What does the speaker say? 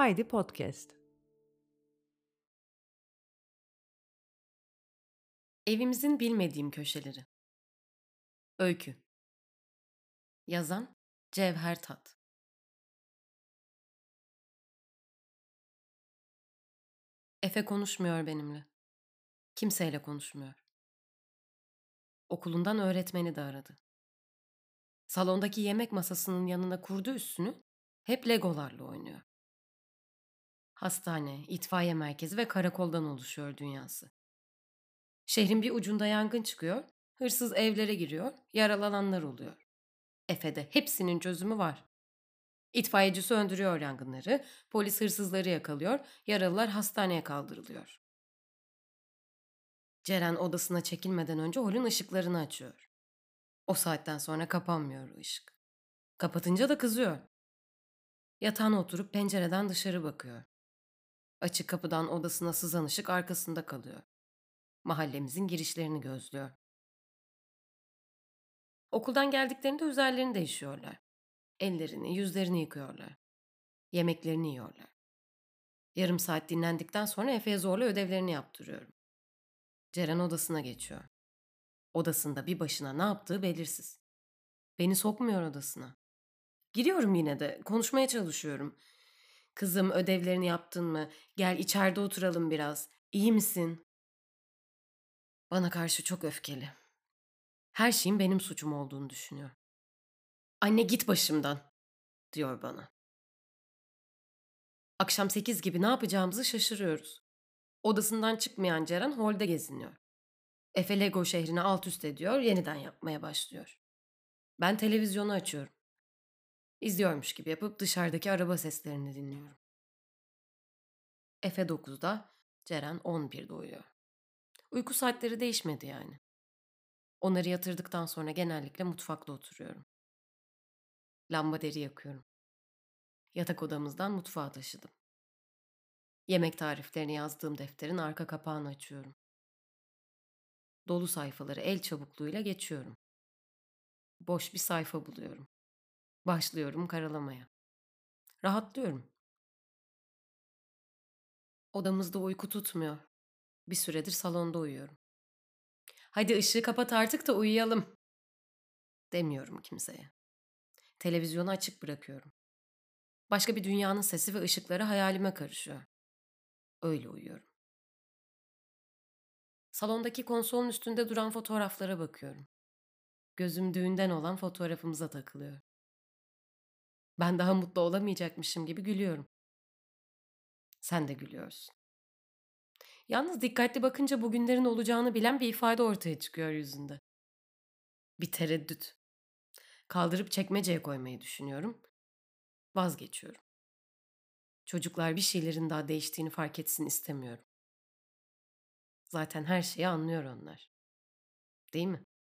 Haydi Podcast. Evimizin bilmediğim köşeleri. Öykü. Yazan Cevher Tat. Efe konuşmuyor benimle. Kimseyle konuşmuyor. Okulundan öğretmeni de aradı. Salondaki yemek masasının yanına kurdu üstünü, hep legolarla oynuyor. Hastane, itfaiye merkezi ve karakoldan oluşuyor dünyası. Şehrin bir ucunda yangın çıkıyor, hırsız evlere giriyor, yaralananlar oluyor. Efe'de hepsinin çözümü var. İtfaiyeci söndürüyor yangınları, polis hırsızları yakalıyor, yaralılar hastaneye kaldırılıyor. Ceren odasına çekilmeden önce holün ışıklarını açıyor. O saatten sonra kapanmıyor o ışık. Kapatınca da kızıyor. Yatağına oturup pencereden dışarı bakıyor. Açık kapıdan odasına sızan ışık arkasında kalıyor. Mahallemizin girişlerini gözlüyor. Okuldan geldiklerinde üzerlerini değişiyorlar. Ellerini, yüzlerini yıkıyorlar. Yemeklerini yiyorlar. Yarım saat dinlendikten sonra Efe'ye zorla ödevlerini yaptırıyorum. Ceren odasına geçiyor. Odasında bir başına ne yaptığı belirsiz. Beni sokmuyor odasına. Giriyorum yine de. Konuşmaya çalışıyorum. Kızım ödevlerini yaptın mı? Gel içeride oturalım biraz. İyi misin? Bana karşı çok öfkeli. Her şeyin benim suçum olduğunu düşünüyor. Anne git başımdan diyor bana. Akşam 8 gibi ne yapacağımızı şaşırıyoruz. Odasından çıkmayan Ceren holde geziniyor. Efe Lego şehrini alt üst ediyor, yeniden yapmaya başlıyor. Ben televizyonu açıyorum. İzliyormuş gibi yapıp dışarıdaki araba seslerini dinliyorum. Efe 9'da, Ceren 11'de uyuyor. Uyku saatleri değişmedi yani. Onları yatırdıktan sonra genellikle mutfakta oturuyorum. Lambaderi yakıyorum. Yatak odamızdan mutfağa taşıdım. Yemek tariflerini yazdığım defterin arka kapağını açıyorum. Dolu sayfaları el çabukluğuyla geçiyorum. Boş bir sayfa buluyorum. Başlıyorum karalamaya. Rahatlıyorum. Odamızda uyku tutmuyor. Bir süredir salonda uyuyorum. Hadi ışığı kapat artık da uyuyalım demiyorum kimseye. Televizyonu açık bırakıyorum. Başka bir dünyanın sesi ve ışıkları hayalime karışıyor. Öyle uyuyorum. Salondaki konsolun üstünde duran fotoğraflara bakıyorum. Gözüm düğünden olan fotoğrafımıza takılıyor. Ben daha mutlu olamayacakmışım gibi gülüyorum. Sen de gülüyorsun. Yalnız dikkatli bakınca bugünlerin olacağını bilen bir ifade ortaya çıkıyor yüzünde. Bir tereddüt. Kaldırıp çekmeceye koymayı düşünüyorum. Vazgeçiyorum. Çocuklar bir şeylerin daha değiştiğini fark etsin istemiyorum. Zaten her şeyi anlıyor onlar. Değil mi?